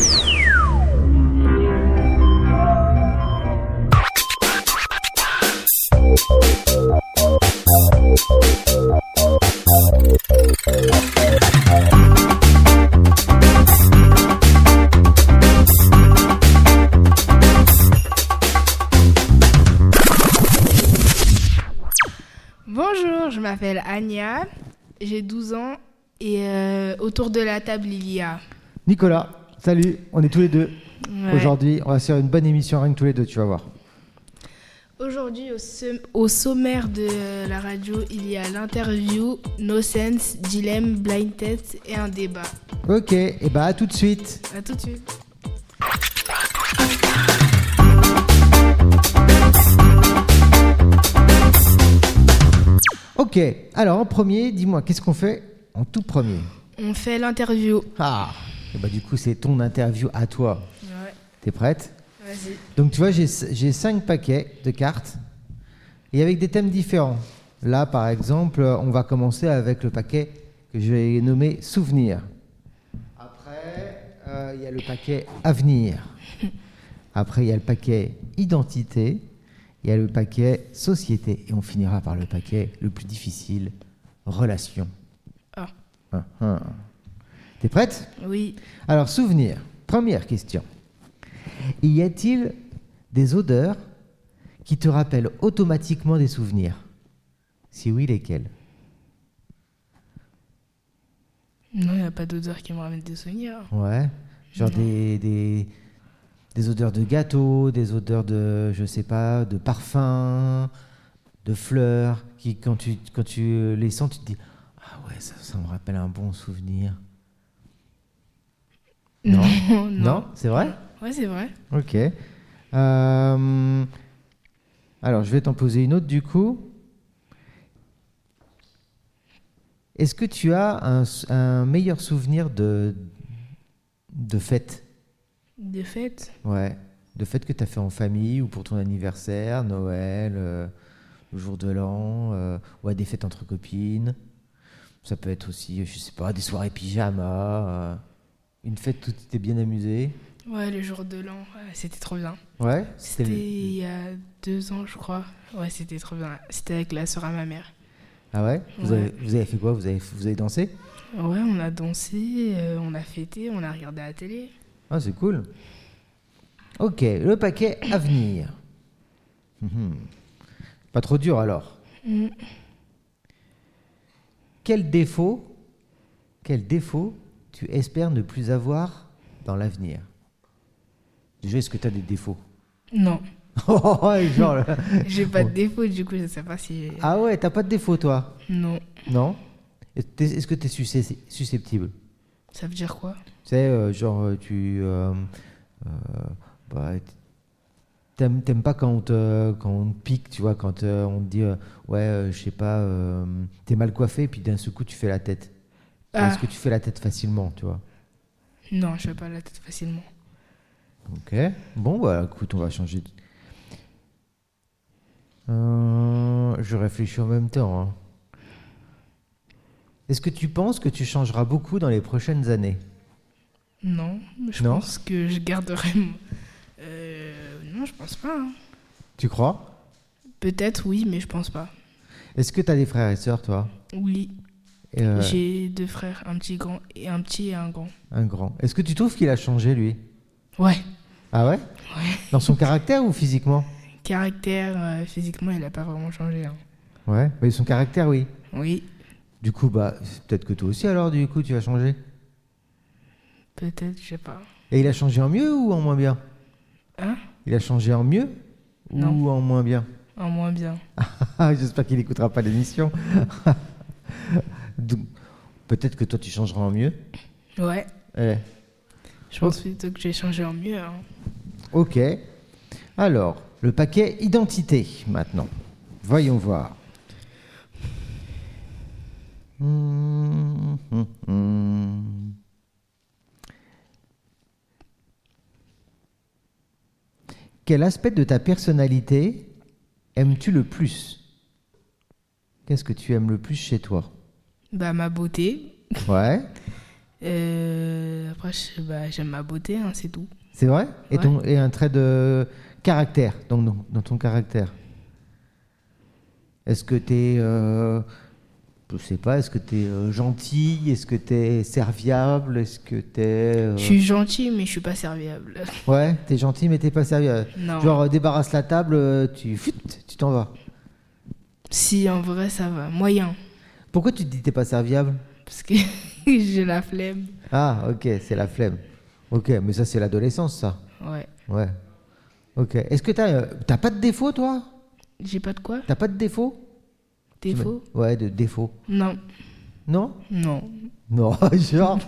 Bonjour, je m'appelle Anya, j'ai 12 ans et autour de la table il y a... Nicolas, salut, on est tous les deux. Ouais. Aujourd'hui, on va faire une bonne émission rien que tous les deux, tu vas voir. Aujourd'hui, au sommaire de la radio, il y a l'interview, No Sense, Dilemme, Blind Test et un débat. Ok, et bah à tout de suite. À tout de suite. Ok, alors en premier, dis-moi, qu'est-ce qu'on fait en tout premier? On fait l'interview. Ah, et bah du coup, c'est ton interview à toi. Ouais, T'es prête? vas-y. Donc tu vois, j'ai 5 paquets de cartes et avec des thèmes différents. Là, par exemple, on va commencer avec le paquet que je vais nommer Souvenir. Après, il y a le paquet Avenir. Après, il y a le paquet Identité. Il y a le paquet Société. Et on finira par le paquet le plus difficile, Relation. Ah. T'es prête? Oui. Alors, Souvenir. Première question. Y a-t-il des odeurs qui te rappellent automatiquement des souvenirs? Si oui, lesquels? Non, il n'y a pas d'odeur qui me ramène des souvenirs. Ouais. Genre Non. des odeurs de gâteau, des odeurs de, je sais pas, de parfum, de fleurs, qui quand tu les sens, tu te dis ah ouais, ça me rappelle un bon souvenir. Non. Non, c'est vrai? Ouais, c'est vrai. Ok. Alors, je vais t'en poser une autre du coup. Est-ce que tu as un meilleur souvenir de fête? Des fêtes? Ouais. De fête que tu as fait en famille ou pour ton anniversaire, Noël, le jour de l'an, ouais, des fêtes entre copines. Ça peut être aussi, je sais pas, des soirées pyjama, une fête où tu t'es bien amusé. Ouais, le jour de l'an, ouais, c'était trop bien. Ouais. C'était il y a 2 ans, je crois. Ouais, c'était trop bien. C'était avec la sœur à ma mère. Ah ouais, Ouais. Vous avez fait quoi? Vous avez dansé? Ouais, on a dansé, on a fêté, on a regardé la télé. Ah, c'est cool. Ok, le paquet Avenir. Pas trop dur alors. Mm. Quel défaut tu espères ne plus avoir dans l'avenir? Déjà, est-ce que tu as des défauts? Non, Oh, genre, là. j'ai pas de défaut, du coup, je sais pas si... Ah ouais, t'as pas de défaut toi? Non, Non? Est-ce que tu es susceptible? ça veut dire quoi? Tu sais, genre, bah, t'aimes pas quand on te pique, tu vois, quand on te dit, ouais, je sais pas, t'es mal coiffé, puis d'un seul coup, tu fais la tête. Ah. Est-ce que tu fais la tête facilement, tu vois? Non, je fais pas la tête facilement. Ok. Bon, bah, écoute, on va changer. Je réfléchis en même temps, hein. Est-ce que tu penses que tu changeras beaucoup dans les prochaines années? Non, je Non. pense que je garderai... non, je pense pas. Hein. Tu crois? Peut-être, oui, mais je pense pas. Est-ce que tu as des frères et sœurs, toi? Oui, Et, j'ai 2 frères, un petit grand et un petit et un grand. un grand. Est-ce que tu trouves qu'il a changé, lui? Ouais. Ah ouais? Ouais. Dans son caractère ou physiquement? Caractère, physiquement, il a pas vraiment changé. Hein. Ouais, mais son caractère, oui. Oui, Du coup, bah, peut-être que toi aussi, alors, du coup, tu vas changer. peut-être, je sais pas. Et il a changé en mieux ou en moins bien? Hein? Il a changé en mieux ou Non. en moins bien? En moins bien. J'espère qu'il n'écoutera pas l'émission. Donc, peut-être que toi, tu changeras en mieux. Ouais, Eh, je pense plutôt que j'ai changé en mieux. Hein. ok. Alors, le paquet identité, maintenant. Voyons voir. Quel aspect de ta personnalité aimes-tu le plus? Qu'est-ce que tu aimes le plus chez toi? Bah, ma beauté. Ouais. Après, reproche, j'aime ma beauté, hein, c'est tout. C'est vrai? Ouais. Et un trait de caractère, donc dans ton caractère. Est-ce que t'es, je sais pas, est-ce que t'es gentil? Est-ce que t'es serviable? Est-ce que t'es... Je suis gentille, mais je suis pas serviable. Ouais, t'es gentil, mais t'es pas serviable. Non. Genre, débarrasse la table, tu t'en vas. Si, en vrai, ça va. Moyen. Pourquoi tu te dis t'es pas serviable? Parce que j'ai la flemme. Ah, ok, c'est la flemme. Ok, mais ça, c'est l'adolescence, ça. Ouais. Ouais. Ok. Est-ce que t'as pas de défaut, toi? J'ai pas de quoi? T'as pas de défaut? Défaut? Ouais, de défaut. Non. Non? Non. Non, genre.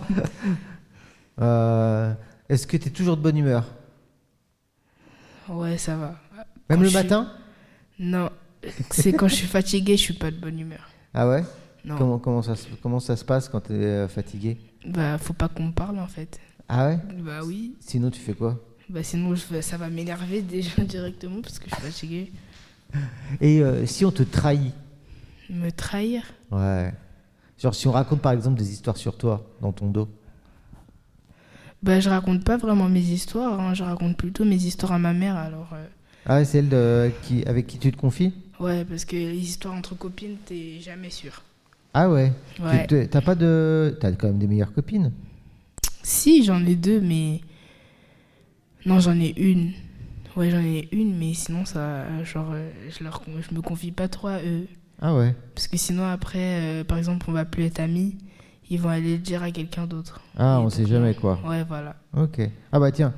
Est-ce que t'es toujours de bonne humeur? Ouais, ça va. Même Quand le je suis- matin? Non. C'est quand je suis fatiguée, je suis pas de bonne humeur. Ah ouais? Non. Comment ça se passe quand t'es fatigué? Faut pas qu'on me parle, en fait. Ah ouais? Bah oui. Sinon, tu fais quoi? Sinon, ça va m'énerver déjà directement parce que je suis fatiguée. Et si on te trahit? Me trahir? Ouais. Genre, si on raconte par exemple des histoires sur toi, dans ton dos. Je raconte pas vraiment mes histoires, hein. Je raconte plutôt mes histoires à ma mère, alors... Ah ouais, c'est elle avec qui tu te confies? Ouais, parce que les histoires entre copines, t'es jamais sûr. Ah ouais. Ouais. T'as pas de... T'as quand même des meilleures copines? Si, j'en ai deux, mais... Non, j'en ai une. Ouais, j'en ai une, mais sinon, ça... Genre, je me confie pas trop à eux. Ah ouais. Parce que sinon, après, par exemple, on va plus être amis. Ils vont aller le dire à quelqu'un d'autre. Ah, Et on sait donc, jamais quoi. Ouais, voilà. Ok. Ah bah tiens,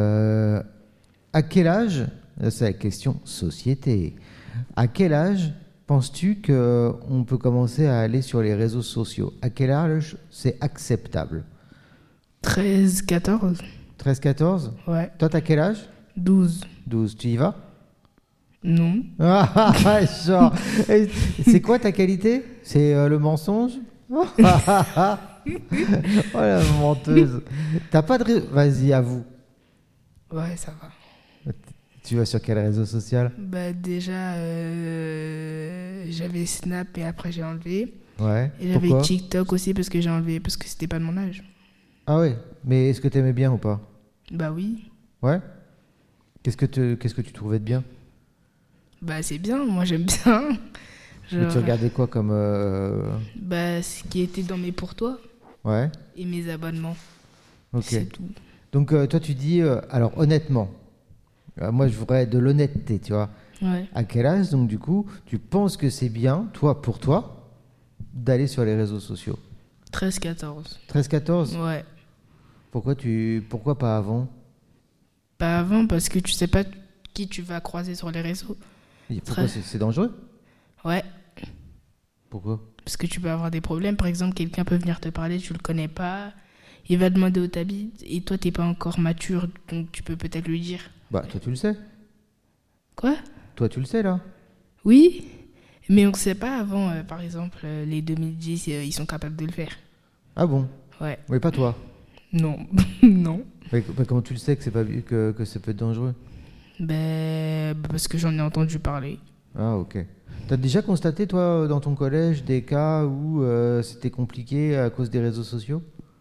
à quel âge, c'est la question société, à quel âge penses-tu qu'on peut commencer à aller sur les réseaux sociaux? À quel âge c'est acceptable? 13, 14. 13-14? Ouais. Toi, t'as quel âge? 12. 12. Tu y vas? Non. Ah, genre, et c'est quoi ta qualité? C'est le mensonge? Oh la menteuse. T'as pas de... Vas-y, avoue. Ouais, ça va. Tu vas sur quel réseau social? Déjà, j'avais Snap et après j'ai enlevé. Ouais. Et j'avais Pourquoi? TikTok aussi parce que j'ai enlevé, parce que c'était pas de mon âge. Ah ouais. Mais est-ce que t'aimais bien ou pas? Bah oui. Ouais. Qu'est-ce que tu trouvais de bien? C'est bien, moi j'aime bien. Mais tu Genre, regardais quoi comme... ce qui était dans mes pour toi Ouais. et mes abonnements. Ok. C'est tout. Donc toi tu dis... alors honnêtement, moi je voudrais de l'honnêteté, tu vois. Ouais. À quel âge, donc du coup, tu penses que c'est bien, toi, pour toi, d'aller sur les réseaux sociaux? 13, 14. 13-14? Ouais. Pourquoi pas avant? Pas avant parce que tu sais pas qui tu vas croiser sur les réseaux. Et pourquoi c'est dangereux? Ouais. Pourquoi? Parce que tu peux avoir des problèmes. Par exemple, quelqu'un peut venir te parler, tu le connais pas. Il va demander où t'habites et toi, t'es pas encore mature, donc tu peux peut-être lui dire. Bah toi tu le sais. Quoi? Toi tu le sais là. Oui, mais on ne sait pas avant, par exemple, les 2010, ils sont capables de le faire. Ah bon? Ouais. Oui, pas toi. Non. Non. Mais comment tu le sais que c'est pas que ça peut être dangereux? Parce que j'en ai entendu parler. Ah ok. T'as déjà constaté toi dans ton collège des cas où c'était compliqué à cause des réseaux sociaux?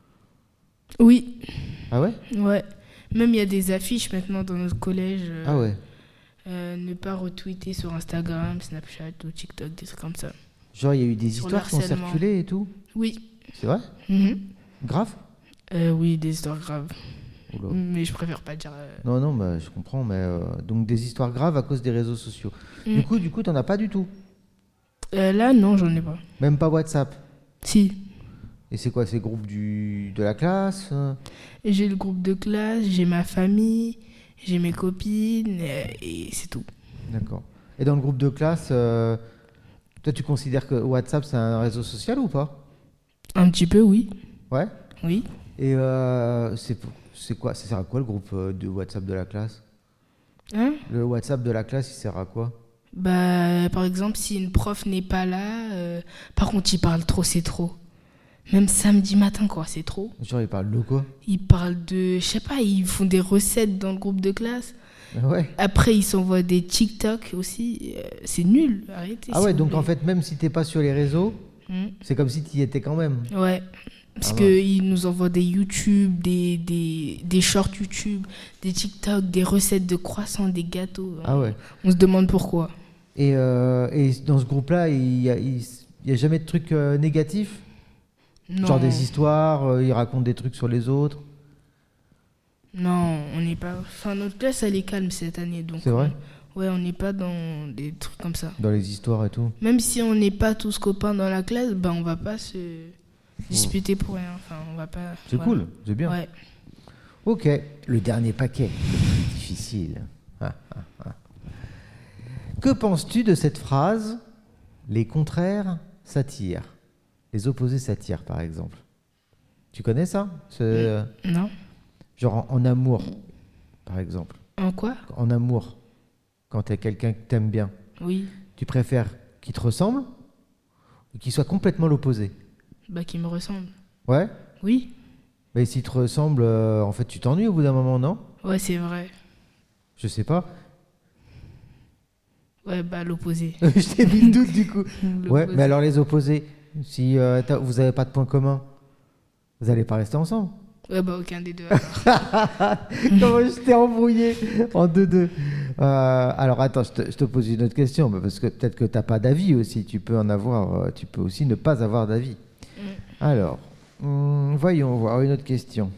Oui. Ah ouais? Ouais. Même il y a des affiches maintenant dans notre collège. Ah ouais. Ne pas retweeter sur Instagram, Snapchat ou TikTok, des trucs comme ça. Genre il y a eu des Sur histoires qui ont l'harcèlement. circulé et tout? Oui. C'est vrai? Mhm. Grave? Oui, des histoires graves. Oula. Mais je préfère pas dire. Non, non, bah, je comprends, mais donc des histoires graves à cause des réseaux sociaux. Mm. Du coup, t'en as pas du tout. Là, non, j'en ai pas. Même pas WhatsApp. Si. Et c'est quoi, ces groupes de la classe? J'ai le groupe de classe, j'ai ma famille, j'ai mes copines, et c'est tout. D'accord. Et dans le groupe de classe, toi, tu considères que WhatsApp, c'est un réseau social ou pas? Un petit peu, oui. Ouais. Oui. Et c'est quoi? Ça sert à quoi le groupe de WhatsApp de la classe? Hein? Le WhatsApp de la classe, il sert à quoi? Par exemple, si une prof n'est pas là, par contre, il parle trop, c'est trop. Même samedi matin, quoi, c'est trop. Genre, il parle de quoi? Ils parlent de, je sais pas, ils font des recettes dans le groupe de classe. Ouais. Après, ils s'envoient des TikTok aussi. C'est nul, arrêtez. Ah s'il ouais, vous donc plaît. en fait, même si t'es pas sur les réseaux, c'est comme si tu y étais quand même. Ouais. Parce Ah ouais. qu'ils nous envoient des YouTube, des shorts YouTube, des TikTok, des recettes de croissants, des gâteaux. Ah ouais. On se demande pourquoi. Et dans ce groupe-là, il y a jamais de trucs négatifs? Non, Genre des histoires, ils racontent des trucs sur les autres. non, on n'est pas... Enfin, notre classe, elle est calme cette année. Donc C'est vrai? ouais, on n'est pas dans des trucs comme ça. Dans les histoires et tout. Même si on n'est pas tous copains dans la classe, ben on va pas se disputer pour rien. Enfin, on va pas... C'est voilà. cool, c'est bien. Ouais. Ok, le dernier paquet. Difficile. Que penses-tu de cette phrase? Les contraires s'attirent. Les opposés s'attirent, par exemple. Tu connais ça? Non. Genre en amour, par exemple. En quoi? En amour, quand tu as quelqu'un que t'aimes bien, Oui. tu préfères qu'il te ressemble ou qu'il soit complètement l'opposé? Bah, qui me ressemble. Ouais? Oui. Mais s'il te ressemble, en fait, tu t'ennuies au bout d'un moment, non? Ouais, c'est vrai. Je sais pas. Ouais, bah, l'opposé. Je t'ai mis le doute du coup. Ouais, L'opposé. mais alors les opposés, si vous n'avez pas de point commun, vous n'allez pas rester ensemble. Ouais, bah, aucun des deux. Alors. Comment je t'ai embrouillé en 2-2. Alors attends, je te pose une autre question, parce que peut-être que tu n'as pas d'avis aussi. Tu peux en avoir, tu peux aussi ne pas avoir d'avis. Alors, voyons voir une autre question.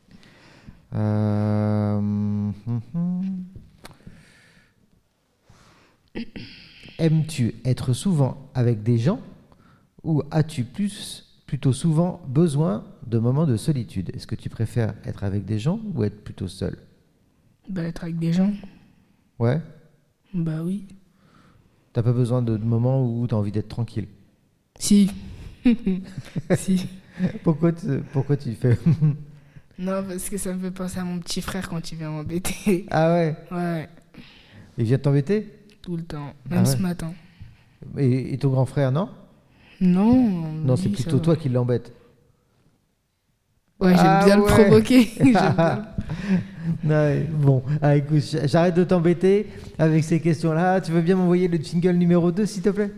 Aimes-tu être souvent avec des gens ou as-tu plutôt souvent besoin de moments de solitude? Est-ce que tu préfères être avec des gens ou être plutôt seul? Bah, être avec des gens. Ouais? Bah, oui. T'as pas besoin de moments où tu as envie d'être tranquille? Si. Si. Pourquoi tu fais? Non, parce que ça me fait penser à mon petit frère quand il vient m'embêter. Ah ouais? Ouais, Il vient t'embêter? tout le temps. Ah Même ouais. ce matin. Et ton grand frère, non? Non. Non, c'est lui, ça plutôt va. toi qui l'embête. Ouais, j'aime Ah bien le ouais. provoquer. J'aime bien. Ouais, bon, écoute, j'arrête de t'embêter avec ces questions-là. Tu veux bien m'envoyer le jingle numéro 2, s'il te plaît?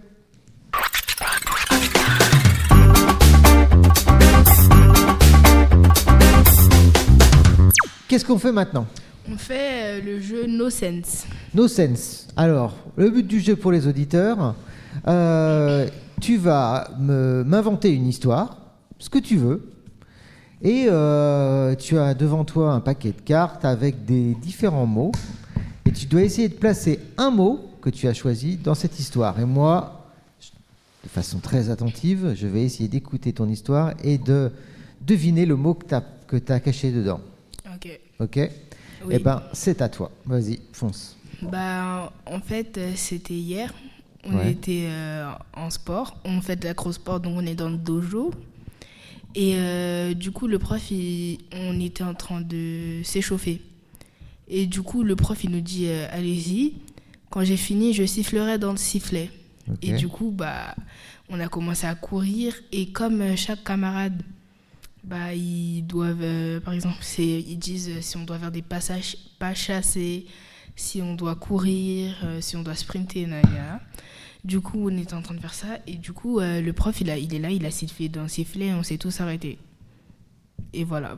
Qu'est-ce qu'on fait maintenant? On fait le jeu No Sense. No Sense. Alors, le but du jeu pour les auditeurs, tu vas m'inventer une histoire, ce que tu veux, et tu as devant toi un paquet de cartes avec des différents mots, et tu dois essayer de placer un mot que tu as choisi dans cette histoire. Et moi, de façon très attentive, je vais essayer d'écouter ton histoire et de deviner le mot que tu as caché dedans. Ok. Ok? Oui. Eh ben, c'est à toi. Vas-y, fonce. Bah, en fait, c'était hier. On Ouais. était en sport. On fait de l'acro-sport, donc on est dans le dojo. Et du coup, le prof, on était en train de s'échauffer. Et du coup, le prof, il nous dit allez-y. Quand j'ai fini, je sifflerai dans le sifflet. Ok. Et du coup, bah, on a commencé à courir. Et comme chaque camarade, bah, ils doivent, par exemple, ils disent si on doit faire des passages pas chassés, si on doit courir, si on doit sprinter, naya. Du coup, on était en train de faire ça. Et du coup, le prof, il est là, il a sifflé d'un sifflet, on s'est tous arrêtés. Et voilà.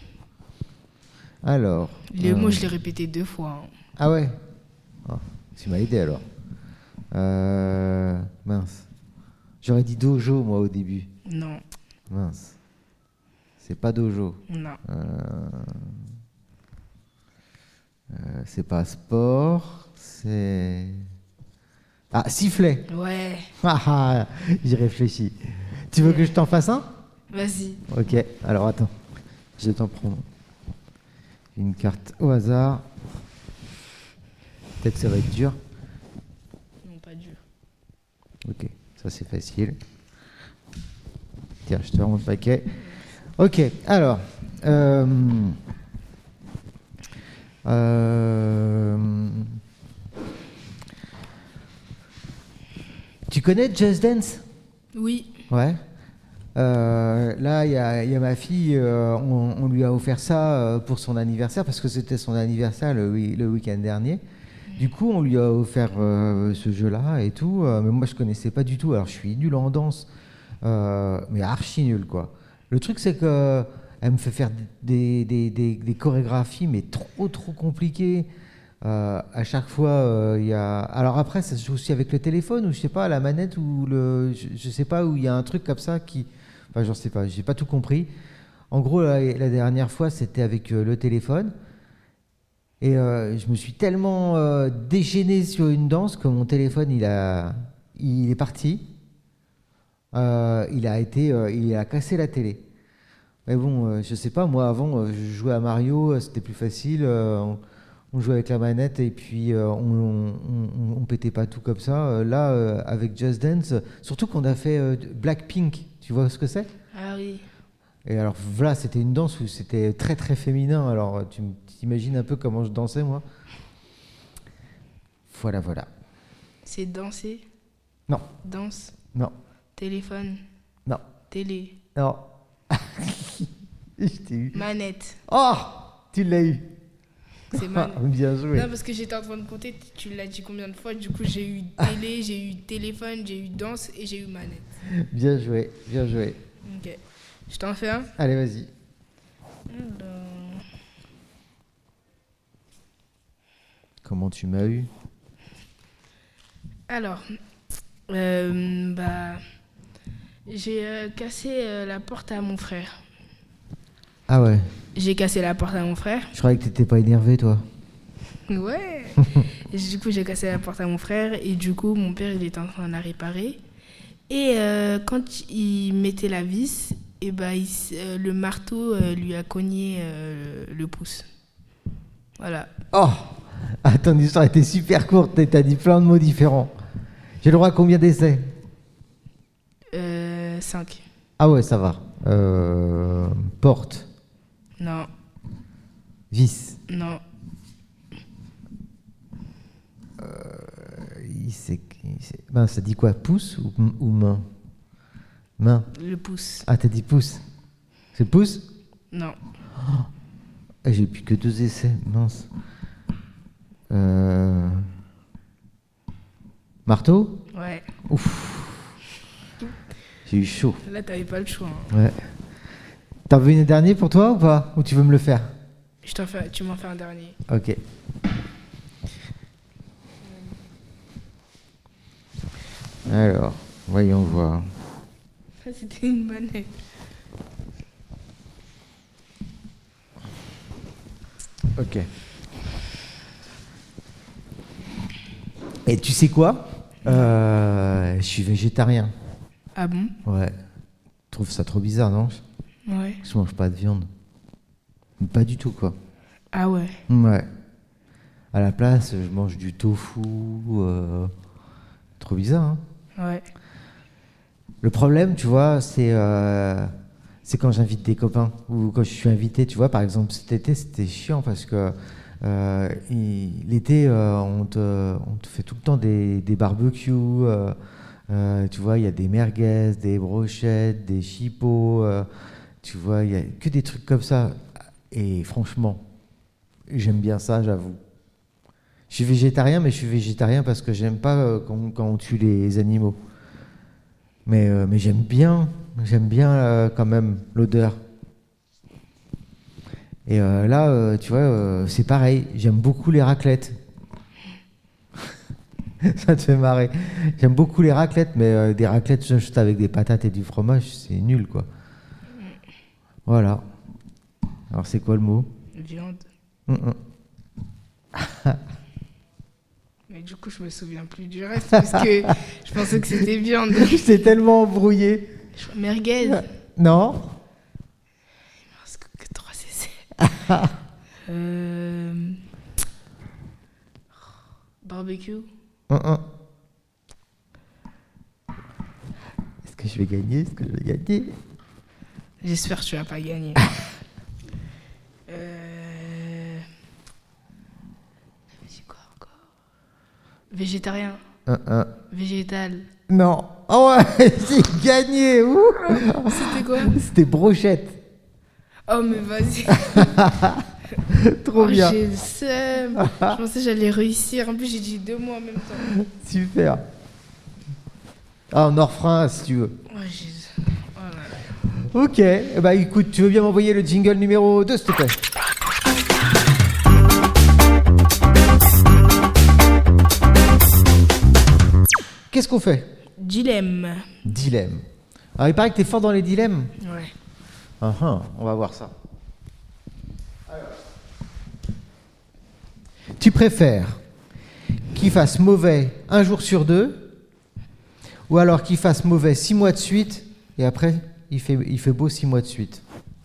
Alors. Les mots, je l'ai répété 2 fois. Hein. Ah ouais? Oh, tu m'as aidé alors. Mince. J'aurais dit dojo moi au début. Non, Mince. C'est pas dojo. non. C'est pas sport. C'est. Ah, sifflet. Ouais, Ah, ah, j'y réfléchis. Tu veux que je t'en fasse un? vas-y. Ok, alors attends. Je vais t'en prendre une carte au hasard. Peut-être que ça va être dur. Non, pas dur. Ok, ça c'est facile. Tiens, je te rends le paquet. Ok, alors. Tu connais Just Dance? Oui, Ouais. Là, il y a ma fille, on lui a offert ça pour son anniversaire, parce que c'était son anniversaire le week-end dernier. Du coup, on lui a offert ce jeu-là et tout, mais moi je connaissais pas du tout. Alors, je suis nul en danse, mais archi nul, quoi. Le truc, c'est que elle me fait faire des chorégraphies, mais trop compliquées. À chaque fois, il y a. Alors après, ça se joue aussi avec le téléphone, ou je sais pas, la manette, ou je sais pas, où il y a un truc comme ça qui. Enfin, j'en sais pas, j'ai pas tout compris. En gros, la dernière fois, c'était avec le téléphone. Et je me suis tellement déchaîné sur une danse que mon téléphone, il est parti. Il a cassé la télé. Mais bon, je sais pas, moi avant, je jouais à Mario, c'était plus facile. On jouait avec la manette et puis on pétait pas tout comme ça. Là, avec Just Dance, surtout qu'on a fait Blackpink, tu vois ce que c'est? Ah oui. Et alors voilà, c'était une danse où c'était très féminin. Alors tu t'imagines un peu comment je dansais moi? Voilà. C'est danser, Non, danse, non, téléphone, non, télé, non. Je t'ai eu. manette. Oh, tu l'as eu. C'est manette. Bien joué. Non, parce que j'étais en train de compter, tu l'as dit combien de fois? Du coup, j'ai eu télé, j'ai eu téléphone, j'ai eu danse et j'ai eu manette. Bien joué. Ok. Je t'en fais un? Allez, vas-y. Comment tu m'as eu? Alors, j'ai cassé la porte à mon frère. Ah ouais. J'ai cassé la porte à mon frère. Je croyais que t'étais pas énervé, toi. Ouais. Et du coup, j'ai cassé la porte à mon frère et du coup, mon père, il était en train de la réparer. Et quand il mettait la vis, et le marteau lui a cogné le pouce. Voilà. Oh, ton histoire était super courte. T'as dit plein de mots différents. J'ai le droit à combien d'essais? 5. Ah ouais, ça va. Porte. Non. Vis. Non. Ben, ça dit quoi? Pouce ou main? Main. Le pouce. Ah, t'as dit pouce. C'est pouce? Non. Ah, j'ai plus que 2 essais. Mince. Marteau? Ouais. Ouf. J'ai eu chaud. Là, t'avais pas le choix. Hein. Ouais. T'en veux une dernière pour toi ou pas? Ou tu veux me le faire? Tu m'en fais un dernier. Ok. Alors, voyons voir. Ça, c'était une manette. Ok. Et tu sais quoi? Je suis végétarien. Ah bon? Ouais. Je trouve ça trop bizarre, non? Ouais. Je mange pas de viande. Pas du tout, quoi. Ah ouais. Ouais. À la place, je mange du tofu. Trop bizarre, hein? Ouais. Le problème, tu vois, c'est quand j'invite des copains ou quand je suis invité, tu vois. Par exemple, cet été, c'était chiant parce que l'été, on te fait tout le temps des barbecues. Tu vois, il y a des merguez, des brochettes, des chipots. Tu vois, il y a que des trucs comme ça. Et franchement, j'aime bien ça, j'avoue. Je suis végétarien, mais je suis végétarien parce que j'aime pas quand on tue les animaux. Mais j'aime bien quand même l'odeur. Et là, tu vois, c'est pareil. J'aime beaucoup les raclettes. Ça te fait marrer. J'aime beaucoup les raclettes, mais des raclettes juste avec des patates et du fromage, c'est nul, quoi. Voilà. Alors, c'est quoi le mot? Viande. Mais du coup, je me souviens plus du reste parce que je pensais que c'était viande. J'étais tellement embrouillé. Merguez. Non. Il me reste que 3 essais. Barbecue. Est-ce que je vais gagner? J'espère que tu vas pas gagner. C'est quoi encore? Végétarien. Végétal. Non. Oh ouais, j'ai gagné. C'était quoi? C'était brochette. Oh mais vas-y. Trop bien. J'ai le seum. Je pensais que j'allais réussir. En plus, j'ai dit 2 mots en même temps. Super. Ah, on en refera un si tu veux. Oh, là là. Ok, bah écoute, tu veux bien m'envoyer le jingle numéro 2, s'il te plaît? Qu'est-ce qu'on fait? Dilemme. Dilemme. Alors il paraît que t'es fort dans les dilemmes. Ouais. On va voir ça. Alors. Tu préfères qu'il fasse mauvais un jour sur deux, ou alors qu'il fasse mauvais 6 mois de suite, et après il fait beau 6 mois de suite?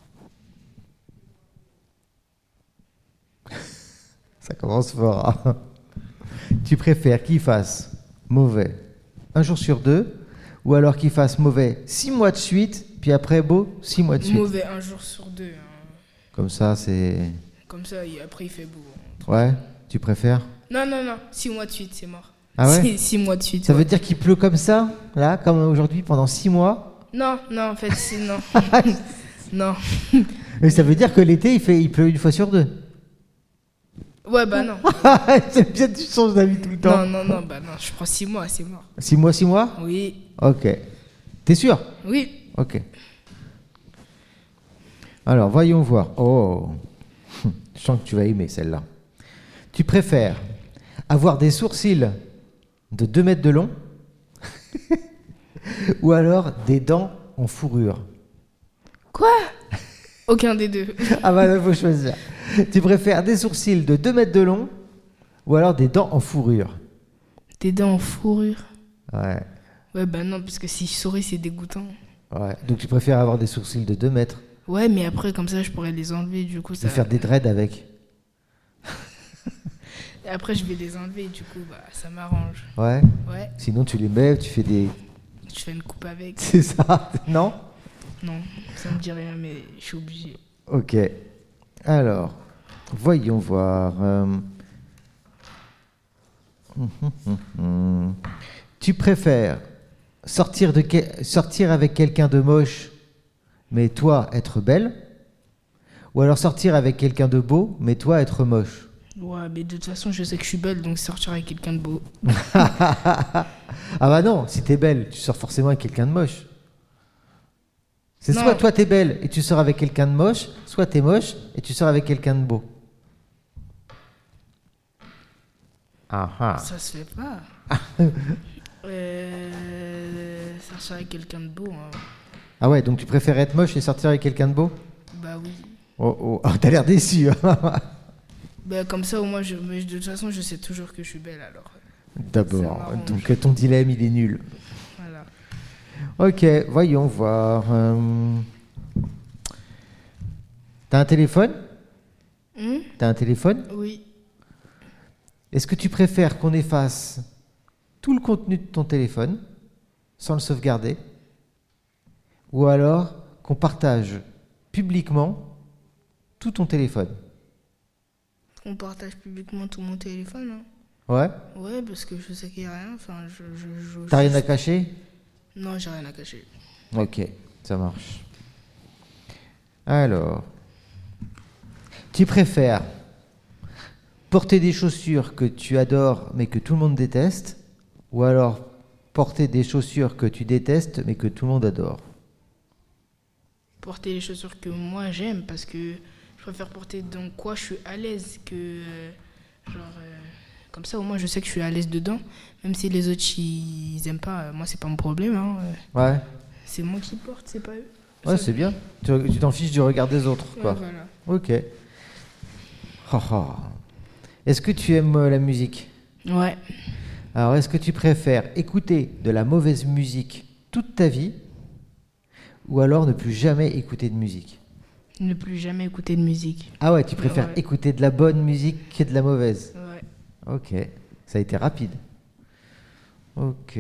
Ça commence fort. Hein. Tu préfères qu'il fasse mauvais un jour sur deux, ou alors qu'il fasse mauvais 6 mois de suite, puis après beau 6 mois de suite? Mauvais un jour sur deux. Hein. Comme ça, c'est... Comme ça, et après il fait beau. Ouais, tu préfères? Non, 6 mois de suite, c'est mort. Ah ouais? 6 mois de suite. Ça veut dire qu'il pleut comme ça, là, comme aujourd'hui, pendant 6 mois? Non, en fait, c'est non. Non. Mais ça veut dire que l'été, il pleut une fois sur deux. Ouais, bah non. C'est bien, tu changes d'avis tout le temps. Non, bah non, je prends 6 mois, c'est mort. 6 mois, 6 mois? Oui. Ok. T'es sûr? Oui. Ok. Alors, voyons voir. Oh, je sens que tu vas aimer celle-là. Tu préfères avoir des sourcils de 2 mètres de long ou alors des dents en fourrure? Quoi? Aucun des deux. Ah bah il faut choisir. Tu préfères des sourcils de 2 mètres de long ou alors des dents en fourrure? Des dents en fourrure. Ouais. Ouais, bah non, parce que si je souris, c'est dégoûtant. Ouais. Donc tu préfères avoir des sourcils de 2 mètres? Ouais, mais après, comme ça, je pourrais les enlever, du coup, ça... De faire des dreads avec? Et après, je vais les enlever, du coup, bah, ça m'arrange. Ouais. Ouais. Sinon tu les mets, tu fais des... Je fais une coupe avec. C'est ça? Non? Non, ça me dit rien, mais je suis obligée. Ok. Alors, voyons voir. Tu préfères sortir avec quelqu'un de moche, mais toi être belle, ou alors sortir avec quelqu'un de beau, mais toi être moche? Ouais, mais de toute façon, je sais que je suis belle, donc sortir avec quelqu'un de beau. Ah bah non, si t'es belle, tu sors forcément avec quelqu'un de moche. C'est Non. soit toi t'es belle et tu sors avec quelqu'un de moche, soit t'es moche et tu sors avec quelqu'un de beau. Ça se fait pas. Sortir avec quelqu'un de beau. Hein. Ah ouais, donc tu préfères être moche et sortir avec quelqu'un de beau? Bah oui. Oh, t'as l'air déçu. Bah comme ça, au moins, mais de toute façon, je sais toujours que je suis belle, alors. D'abord, donc ton dilemme, il est nul. Voilà. Ok, voyons voir. T'as un téléphone? T'as un téléphone? Oui. Est-ce que tu préfères qu'on efface tout le contenu de ton téléphone sans le sauvegarder, ou alors qu'on partage publiquement tout ton téléphone? On partage publiquement tout mon téléphone. Hein. Ouais? Ouais, parce que je sais qu'il n'y a rien. Enfin, T'as rien à cacher? Non, j'ai rien à cacher. Ok, ça marche. Alors, tu préfères porter des chaussures que tu adores mais que tout le monde déteste, ou alors porter des chaussures que tu détestes mais que tout le monde adore? Porter les chaussures que moi j'aime, parce que je préfère porter dans quoi je suis à l'aise que comme ça au moins je sais que je suis à l'aise dedans, même si les autres ils aiment pas, moi c'est pas mon problème. Hein. Ouais. C'est moi qui porte, c'est pas eux. Ouais, c'est bien. Tu t'en fiches du regard des autres, quoi. Ouais, voilà. Ok. Est-ce que tu aimes la musique? Ouais. Alors, est-ce que tu préfères écouter de la mauvaise musique toute ta vie, ou alors ne plus jamais écouter de musique? Ne plus jamais écouter de musique. Ah ouais, tu préfères Ouais. écouter de la bonne musique que de la mauvaise? Ouais. Ok, ça a été rapide. Ok.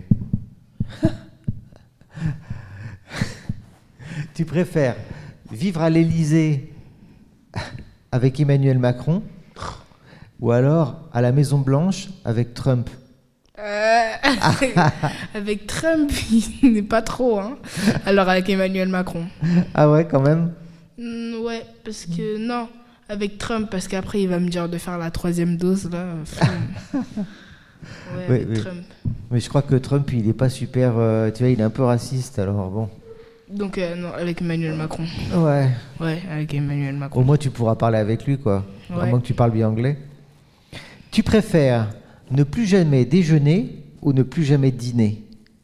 Tu préfères vivre à l'Élysée avec Emmanuel Macron, ou alors à la Maison Blanche avec Trump? Avec Trump, il n'est pas trop. Hein. Alors avec Emmanuel Macron. Ah ouais, quand même. Ouais, parce que non, avec Trump, parce qu'après il va me dire de faire la 3e dose là. Ouais, avec oui. Trump. Mais je crois que Trump, il est pas super. Tu vois, il est un peu raciste, alors bon. Donc, non, avec Emmanuel Macron. Ouais. Ouais, avec Emmanuel Au Macron. moins, tu pourras parler avec lui, quoi. À Ouais. moins que tu parles bien anglais. Tu préfères ne plus jamais déjeuner ou ne plus jamais dîner?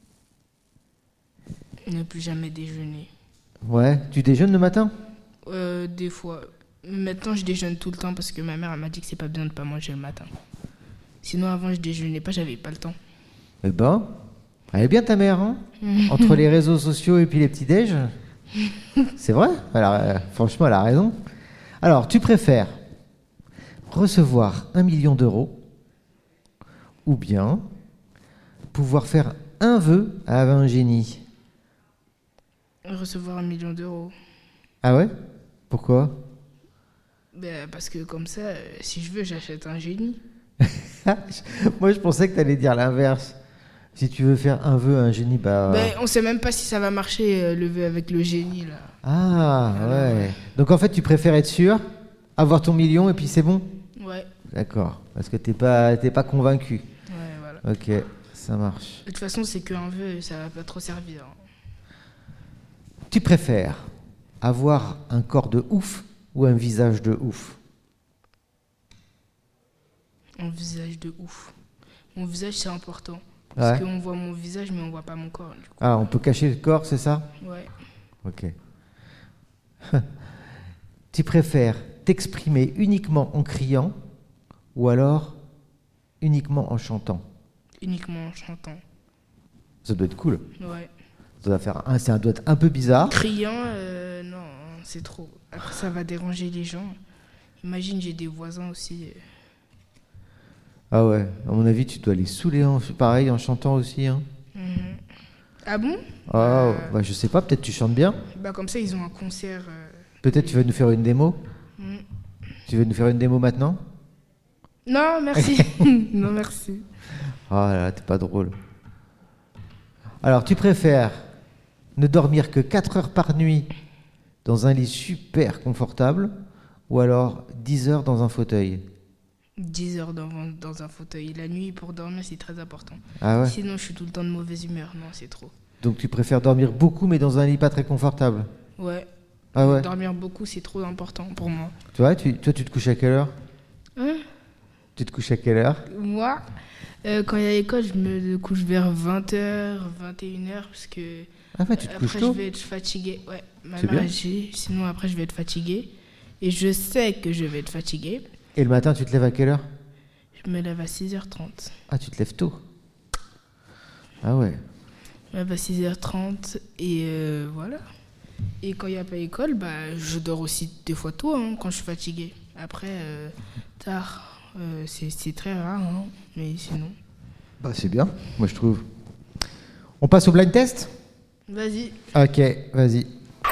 Ne plus jamais déjeuner. Ouais. Tu déjeunes le matin? Des fois. Maintenant, je déjeune tout le temps parce que ma mère elle m'a dit que c'est pas bien de pas manger le matin. Sinon, avant, je déjeunais pas, j'avais pas le temps. Eh ben, elle est bien ta mère, hein? Entre les réseaux sociaux et puis les petits-déj. C'est vrai? Franchement, elle a raison. Alors, tu préfères recevoir 1 million d'euros ou bien pouvoir faire un vœu à un génie? Recevoir 1 million d'euros. Ah ouais? Pourquoi? Ben, parce que comme ça, si je veux, j'achète un génie. Moi, je pensais que tu allais dire l'inverse. Si tu veux faire un vœu à un génie, bah... Ben, on sait même pas si ça va marcher, le vœu avec le génie, là. Ah, Alors, ouais. ouais. Donc, en fait, tu préfères être sûr, avoir ton million et puis c'est bon? Ouais, D'accord. Parce que t'es pas convaincu. ouais, voilà. Ok, ça marche. De toute façon, c'est qu'un vœu, ça va pas trop servir. Tu préfères avoir un corps de ouf ou un visage de ouf? Un visage de ouf. Mon visage, c'est important. Parce Ouais. qu'on voit mon visage, mais on voit pas mon corps, du coup. Ah, on peut cacher le corps, c'est ça? Ouais. Ok. Tu préfères t'exprimer uniquement en criant ou alors uniquement en chantant? Uniquement en chantant. Ça doit être cool. Ouais. Ça doit être un peu bizarre. Criant, non, c'est trop. Après, ça va déranger les gens. Imagine, j'ai des voisins aussi. Ah ouais, à mon avis, tu dois les saouler pareil en chantant aussi. Hein. Mhm. Ah bon? Ah, bah, je sais pas, peut-être tu chantes bien. Bah comme ça, ils ont un concert. Peut-être tu vas nous faire une démo. Mm. Tu veux nous faire une démo maintenant? Non, merci. Non, merci. Ah là là, t'es pas drôle. Alors, tu préfères ne dormir que 4 heures par nuit dans un lit super confortable ou alors 10 heures dans un fauteuil? 10 heures dans un fauteuil. La nuit, pour dormir, c'est très important. Ah ouais? Sinon, je suis tout le temps de mauvaise humeur. Non, c'est trop. Donc tu préfères dormir beaucoup mais dans un lit pas très confortable? Ouais. Ah ouais? Dormir beaucoup, c'est trop important pour moi. Tu vois, toi tu te couches à quelle heure? Hein? Tu te couches à quelle heure? Moi, quand il y a l'école, je me couche vers 20h, 21h, parce que Ah ouais, tu te couches après, je tôt? vais être fatiguée. Ouais, ma C'est mère a bien. dit, sinon après, je vais être fatiguée. Et je sais que je vais être fatiguée. Et le matin, tu te lèves à quelle heure? Je me lève à 6h30. Ah, tu te lèves tôt. Ah ouais. Je me lève à 6h30 et voilà. Et quand il n'y a pas école, bah, je dors aussi des fois tôt hein, quand je suis fatiguée. Après, tard, c'est très rare, hein, mais sinon. Bah c'est bien, moi je trouve. On passe au blind test? Vas-y. Ok, vas-y.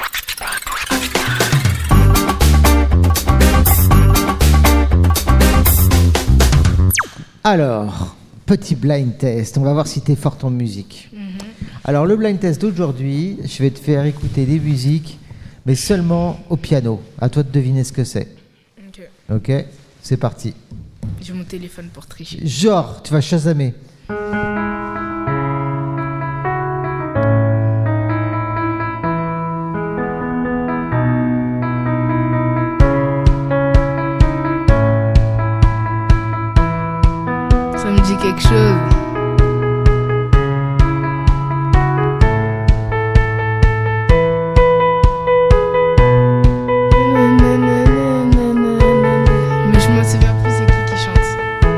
Alors, petit blind test, on va voir si t'es forte en musique. Alors le blind test d'aujourd'hui, je vais te faire écouter des musiques, mais seulement au piano. À toi de deviner ce que c'est. Ok. Ok? C'est parti. J'ai mon téléphone pour tricher. Genre, tu vas chasamer. Ça me dit quelque chose. Mais je m'en souviens plus c'est qui chante.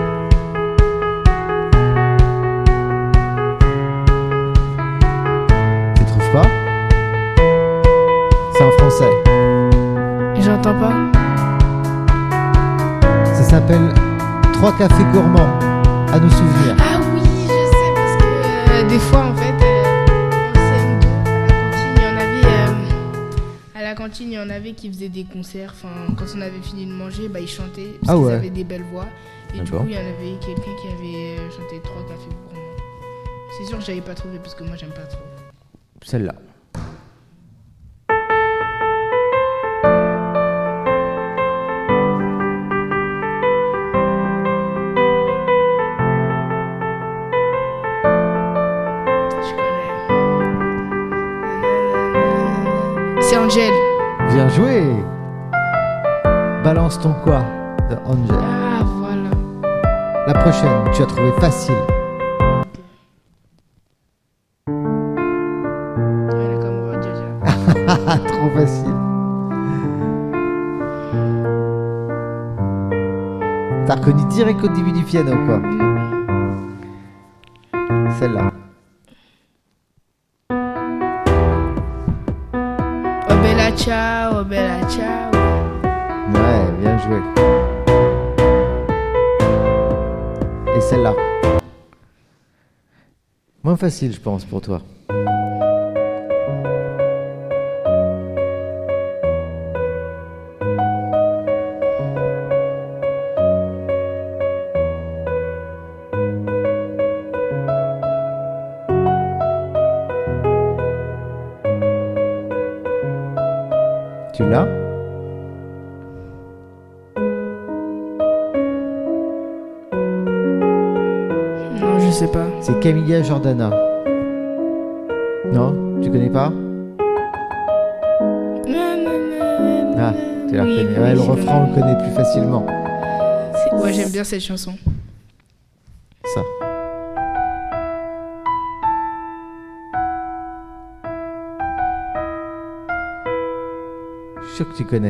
Tu trouves pas? C'est en français. J'entends pas. Ça s'appelle Trois cafés gourmands à nos souvenirs. Ah oui, je sais parce que des fois en fait en CM2 à la cantine il y en avait qui faisaient des concerts. Enfin quand on avait fini de manger, bah ils chantaient parce Ah qu'ils ouais. avaient des belles voix. Et du D'accord. coup il y en avait quelqu'un qui avait chanté Trois cafés gourmands. C'est sûr que j'avais pas trouvé parce que moi j'aime pas trop. Celle-là. Je connais. Angel. Bien joué. Balance ton quoi de Angel. Ah, voilà. La prochaine, tu as trouvé facile. Voilà, comme Rod Jaja. Trop facile. T'as reconnu direct au début du piano, quoi. Celle-là. Oh bella ciao, oh bella ciao. Ouais, bien joué. Et celle-là. Moins facile, je pense, pour toi. Tu l'as? Non, je sais pas. C'est Camilla Jordana. Non? Tu connais pas? Ah, tu l'as Oui, reconnu. oui, Ouais, le je refrain, on le connaît plus facilement. Ouais, j'aime bien cette chanson. Ça. Je suis sûr que tu connais.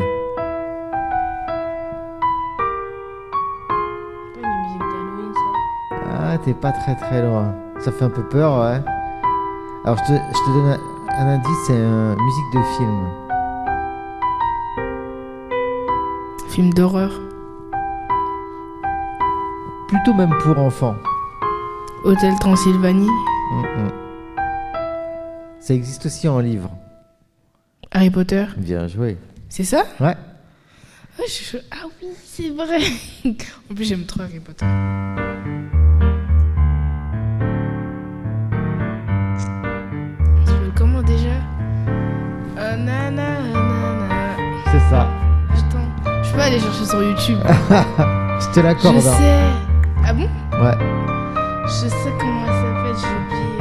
C'est pas une musique d'Halloween, ça. Ah, t'es pas très très loin. Ça fait un peu peur, ouais. Alors, je te donne un indice, c'est une musique de film. Film d'horreur. Plutôt même pour enfants. Hôtel Transylvanie. Ça existe aussi en livre. Harry Potter. Bien joué. C'est ça? Ouais. Ah, ah oui, c'est vrai. En plus, j'aime trop Harry Potter. On s'appelle comment déjà? C'est ça. Attends, je peux aller chercher sur YouTube. Je te l'accorde. Je sais. Ah bon? Ouais. Je sais comment elle s'appelle, j'ai oublié.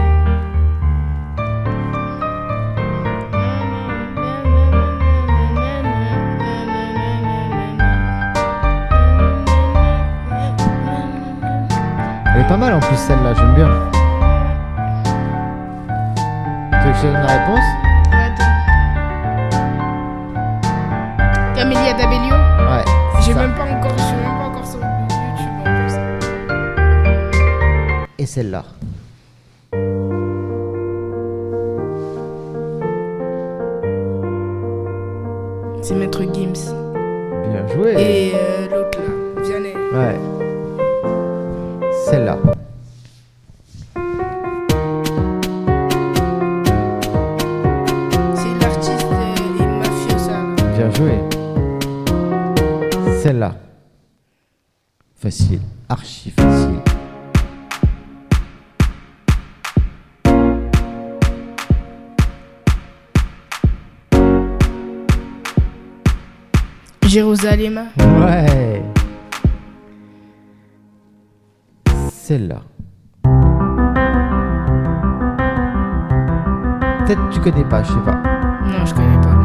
Elle est pas mal en plus celle-là, j'aime bien. Tu veux que je te donne la réponse? Attends. Camélia D'Abelio? Ouais. c'est Je suis ça. même pas encore sur YouTube en plus. Et celle-là. C'est Maître Gims. Bien joué. Et l'autre là, Vianney. Ouais. Celle-là. C'est l'artiste et mafiosa. Bien joué. Celle-là. Facile. Archi facile. Jérusalem. Ouais. Celle-là. Peut-être tu connais pas, je sais pas. Non, je connais pas.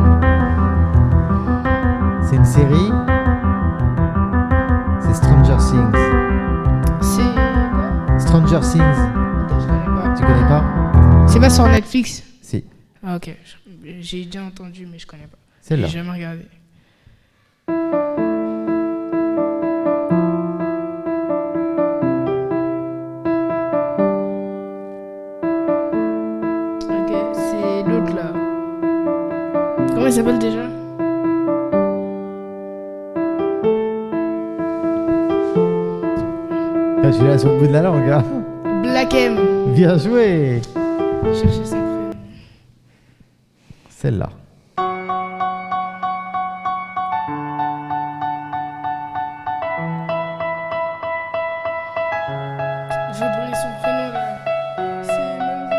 C'est une série. C'est Stranger Things. C'est quoi? Stranger Things. Attends, je connais pas. Tu connais pas? C'est pas sur Netflix? Si. Ah, ok. J'ai déjà entendu, mais je connais pas. Celle-là. J'ai jamais regardé. Ok, c'est l'autre là. Comment il s'appelle déjà? Ah, je l'ai sur le bout de la langue. Hein. Black M. Bien joué. Chercher son prénom. Celle-là. J'ai oublié son prénom là. C'est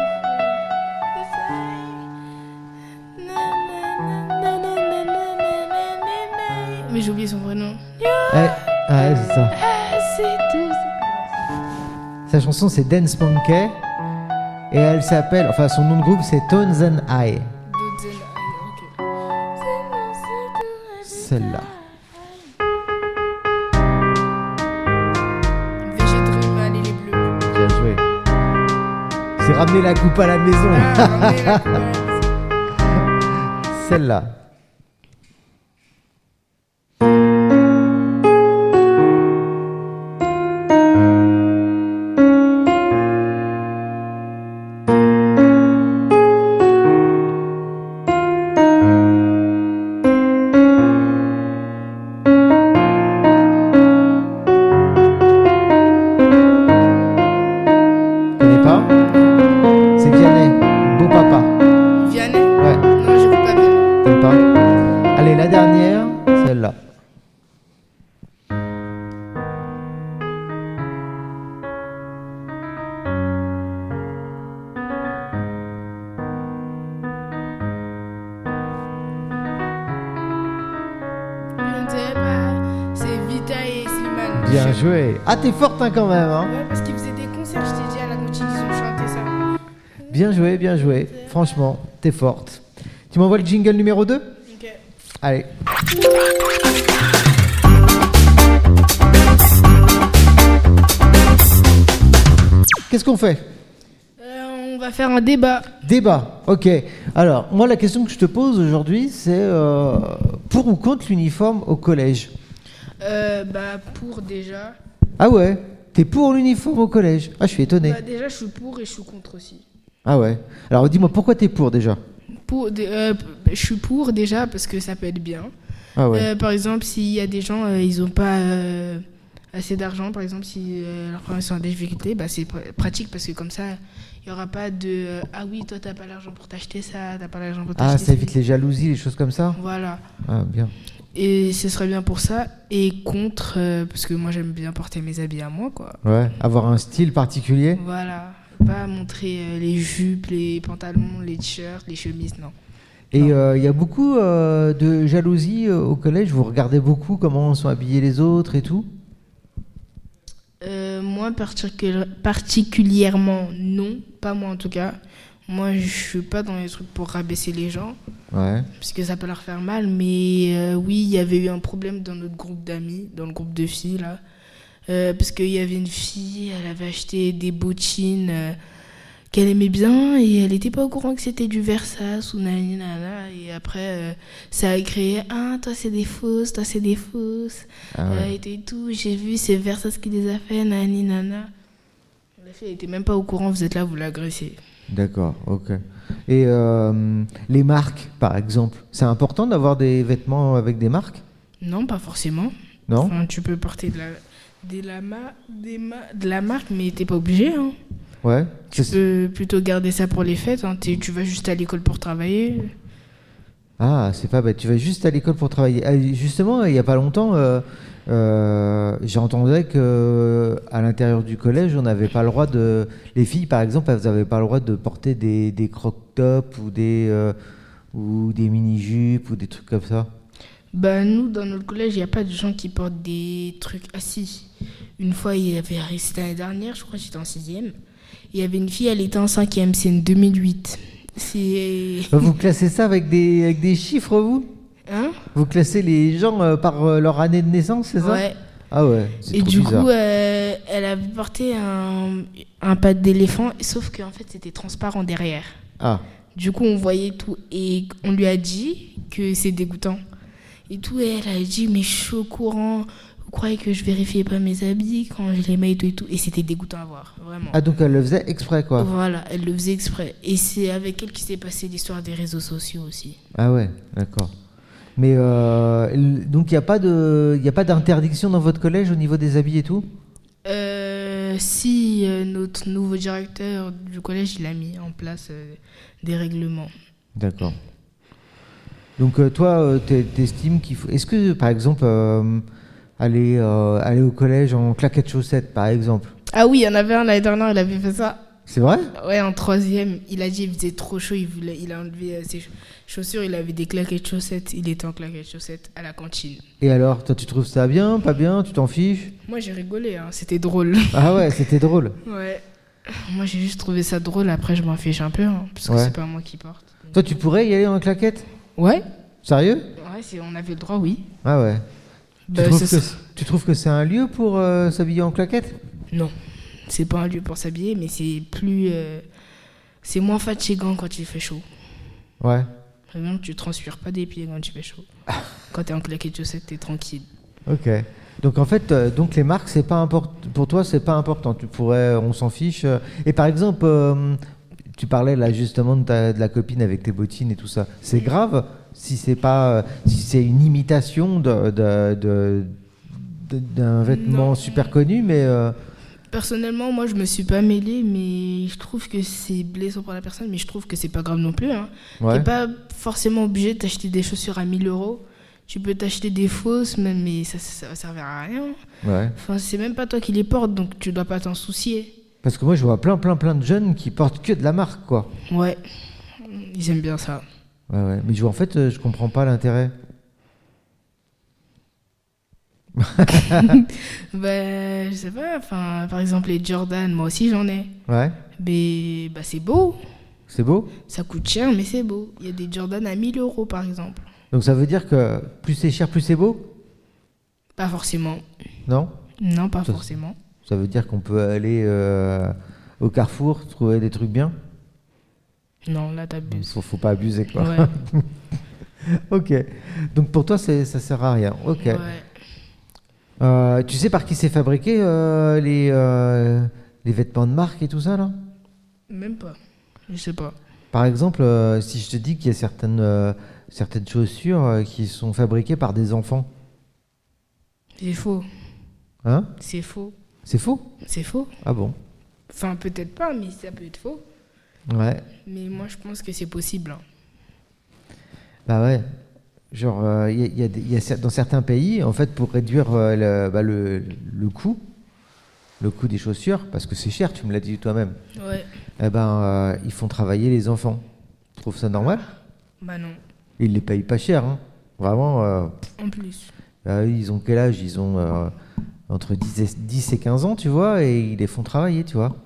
mais j'ai oublié son prénom. Ouais, c'est ça. C'est tout. Sa chanson c'est Dance Monkey et elle s'appelle, enfin son nom de groupe c'est Tones and I. celle-là. VG Dream, allez les bleus. Bien joué. C'est ramener la coupe à la maison. Ramenez la coupe à la maison. Celle-là. Connais pas? C'est Vianney, Beau Papa. Vianney? Ouais, Non, j'écoute pas Vianney. t'aimes pas? Allez, la dernière, celle-là. Beyoncé, bah, c'est Vita et Slimane. Bien joué. Ah, t'es forte hein, quand même. Hein. Ouais, parce qu'ils faisaient des concerts, je t'ai dit à la moitié, ils ont chanté ça. Bien joué, bien joué. Franchement, t'es forte. Tu m'envoies le jingle numéro 2? Ok. Allez. Qu'est-ce qu'on fait? On va faire un débat. Débat, ok. Alors, moi, la question que je te pose aujourd'hui, c'est pour ou contre l'uniforme au collège? Bah, pour déjà. Ah ouais, t'es pour l'uniforme au collège? Ah, je suis étonné. Bah, déjà, je suis pour et je suis contre aussi. Ah ouais. Alors, dis-moi, pourquoi t'es pour déjà? Je suis pour déjà parce que ça peut être bien. Ah ouais. Par exemple, s'il y a des gens, ils n'ont pas assez d'argent, par exemple, si leurs parents sont en difficulté, bah, c'est pratique parce que comme ça, il n'y aura pas de ah oui, toi, t'as pas l'argent pour t'acheter ça, t'as pas l'argent pour Ah, t'acheter ça évite les jalousies, les choses comme ça? Voilà. Ah, bien. Et ce serait bien pour ça. Et contre, parce que moi, j'aime bien porter mes habits à moi, quoi. Ouais, avoir un style particulier? Voilà. Pas montrer les jupes, les pantalons, les t-shirts, les chemises, non. Et il y a beaucoup de jalousie au collège? Vous regardez beaucoup comment sont habillés les autres et tout? Moi, particulièrement, non. Pas moi, en tout cas. Moi, je suis pas dans les trucs pour rabaisser les gens, Ouais. parce que ça peut leur faire mal. Mais oui, il y avait eu un problème dans notre groupe d'amis, dans le groupe de filles, là. Parce qu'il y avait une fille, elle avait acheté des bottines qu'elle aimait bien et elle n'était pas au courant que c'était du Versace ou nani nana. Et après, ça a créé « Ah, toi c'est des fausses, toi c'est des fausses. Ah ouais. Et tout, j'ai vu, c'est Versace qui les a fait, nani nana. » La fille, elle n'était même pas au courant, vous êtes là, vous l'agressez. D'accord, ok. Et les marques, par exemple, c'est important d'avoir des vêtements avec des marques? Non, pas forcément. Non? Enfin, tu peux porter de la marque, mais t'es pas obligé, hein. Ouais. Tu peux plutôt garder ça pour les fêtes. Hein. Tu vas juste à l'école pour travailler. Ah, c'est pas bête. Tu vas juste à l'école pour travailler. Ah, justement, il y a pas longtemps, j'ai entendu que à l'intérieur du collège, on n'avait pas le droit de. Les filles, par exemple, elles n'avaient pas le droit de porter des croc-tops ou des mini-jupes ou des trucs comme ça. Bah, nous, dans notre collège, il n'y a pas de gens qui portent des trucs assis. Une fois, c'était l'année dernière, je crois que j'étais en 6e. Il y avait une fille, elle était en 5e, c'est une 2008. Vous classez ça avec des chiffres, vous? Hein? Vous classez les gens par leur année de naissance, c'est ça? Ouais. Ah ouais, c'est Et trop du bizarre. coup, elle avait porté un pad d'éléphant, sauf qu'en fait, c'était transparent derrière. Ah, Du coup, on voyait tout. Et on lui a dit que c'est dégoûtant. Et tout, et elle a dit, mais je suis au courant. Vous croyez que je vérifiais pas mes habits quand je les mets et tout. Et c'était dégoûtant à voir, vraiment. ah donc elle le faisait exprès, quoi. Voilà, elle le faisait exprès. Et c'est avec elle qui s'est passé l'histoire des réseaux sociaux aussi. Ah ouais, d'accord. Mais donc il n'y a pas d'interdiction dans votre collège au niveau des habits et tout? Si notre nouveau directeur du collège, il a mis en place des règlements. D'accord. Donc toi, t'estimes qu'il faut... Est-ce que, par exemple, aller au collège en claquettes chaussettes, par exemple? Ah oui, il y en avait un l'année dernière, il avait fait ça. C'est vrai? Ouais, en 3e, il a dit il faisait trop chaud, il a enlevé ses chaussures, il avait des claquettes chaussettes, il était en claquettes chaussettes à la cantine. Et alors, toi, tu trouves ça bien, pas bien, tu t'en fiches? Moi, j'ai rigolé, hein, c'était drôle. Ah ouais, c'était drôle. Ouais. Moi, j'ai juste trouvé ça drôle, après, je m'en fiche un peu, hein, parce que Ouais. c'est pas moi qui porte. Toi, tu pourrais y aller en claquettes? Ouais. Sérieux? Ouais, Ouais, si on avait le droit, oui. Ah ouais. Bah, Tu trouves que c'est un lieu pour s'habiller en claquettes? Non, c'est pas un lieu pour s'habiller, mais c'est plus... c'est moins fatigant quand il fait chaud. Ouais. Par exemple, tu transpires pas des pieds quand il fait chaud. Quand t'es en claquettes chaussettes, t'es tranquille. Ok. Donc en fait, donc les marques, c'est pas important. Pour toi, c'est pas important. Tu pourrais, on s'en fiche. Et par exemple, tu parlais là justement de la copine avec tes bottines et tout ça. C'est grave si c'est pas, si c'est une imitation d'un vêtement Non. super connu, mais Personnellement, moi, je me suis pas mêlée, mais je trouve que c'est blessant pour la personne, mais je trouve que c'est pas grave non plus. Hein. ouais. T'es pas forcément obligé de t'acheter des chaussures à 1000 euros. Tu peux t'acheter des fausses, même, mais ça va servir à rien. Ouais. Enfin, c'est même pas toi qui les portes, donc tu dois pas t'en soucier. Parce que moi, je vois plein de jeunes qui portent que de la marque, quoi. Ouais, ils aiment bien ça. Ouais, ouais. Mais en fait, je comprends pas l'intérêt. Je sais pas, enfin, par exemple, les Jordan, moi aussi j'en ai. Ouais. Mais c'est beau. C'est beau. Ça coûte cher, mais c'est beau. Il y a des Jordan à 1000 euros, par exemple. Donc ça veut dire que plus c'est cher, plus c'est beau? Pas forcément. Non? Non, pas Ça- forcément. Ça veut dire qu'on peut aller au Carrefour, trouver des trucs bien? Non, là, t'abuses. Faut pas abuser, quoi. Ouais. Ok. Donc pour toi, ça sert à rien. Ok. Ouais. Tu sais par qui c'est fabriqué les vêtements de marque et tout ça, là? Même pas. Je sais pas. Par exemple, si je te dis qu'il y a certaines chaussures qui sont fabriquées par des enfants, C'est faux. hein? C'est faux. C'est faux? C'est faux. Ah bon? Enfin, peut-être pas, mais ça peut être faux. Ouais. Mais moi, je pense que c'est possible. Hein. Bah ouais. Genre, il y a dans certains pays, en fait, pour réduire le coût des chaussures, parce que c'est cher, tu me l'as dit toi-même, Ouais. eh ben, ils font travailler les enfants. Tu trouves ça normal? Bah non. Ils les payent pas cher, hein. Vraiment, En plus. ils ont quel âge? Ils ont entre 10 et 15 ans, tu vois, et ils les font travailler, tu vois.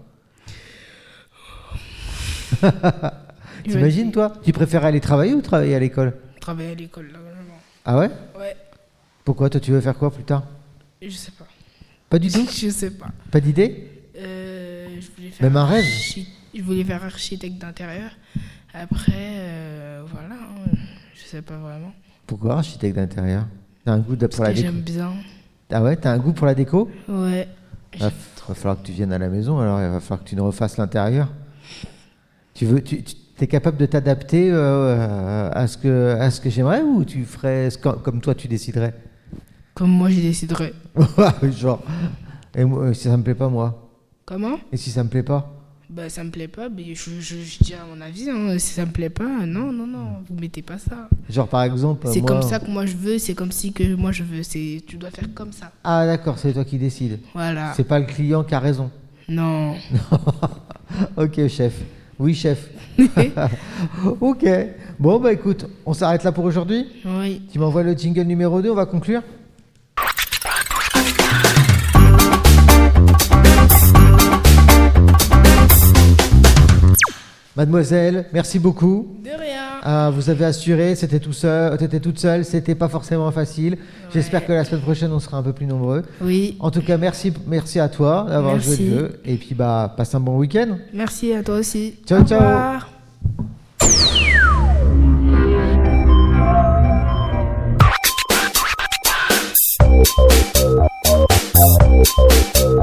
T'imagines, toi? Tu préfères aller travailler ou travailler à l'école? Travailler à l'école, là, vraiment. Ah ouais? Ouais. Pourquoi? Toi, tu veux faire quoi plus tard? Je sais pas. Pas du tout? Je sais pas. Pas d'idée? Je voulais faire Même un rêve? Je voulais faire architecte d'intérieur. Après, voilà. Hein, je sais pas vraiment. Pourquoi architecte d'intérieur? T'as un goût pour Parce la que déco? j'aime bien. Ah ouais, t'as un goût pour la déco? Ouais. Va falloir que tu viennes à la maison, alors il va falloir que tu nous refasses l'intérieur. Tu es capable de t'adapter à ce que j'aimerais, ou tu ferais comme toi tu déciderais? Comme moi, j'y déciderai. Genre, et moi, si ça me plaît pas, moi? Comment? Et si ça me plaît pas? Bah, ça me plaît pas, mais je dirais mon avis. Hein. Si ça me plaît pas, non, vous mettez pas ça. Genre par exemple, C'est moi... comme ça que moi je veux, c'est comme si que moi je veux. Tu dois faire comme ça. Ah d'accord, c'est toi qui décides. Voilà. C'est pas le client qui a raison. Non. Ok, chef. Oui, chef. Ok. Bon, bah écoute, on s'arrête là pour aujourd'hui. Oui. Tu m'envoies le jingle numéro 2, on va conclure. Mademoiselle, merci beaucoup. De rien. Vous avez assuré, t'étais toute seule, c'était pas forcément facile. Ouais. J'espère que la semaine prochaine, on sera un peu plus nombreux. Oui. En tout cas, merci à toi d'avoir joué Merci. le jeu. Et puis, passe un bon week-end. Merci à toi aussi. Ciao, Au ciao. revoir.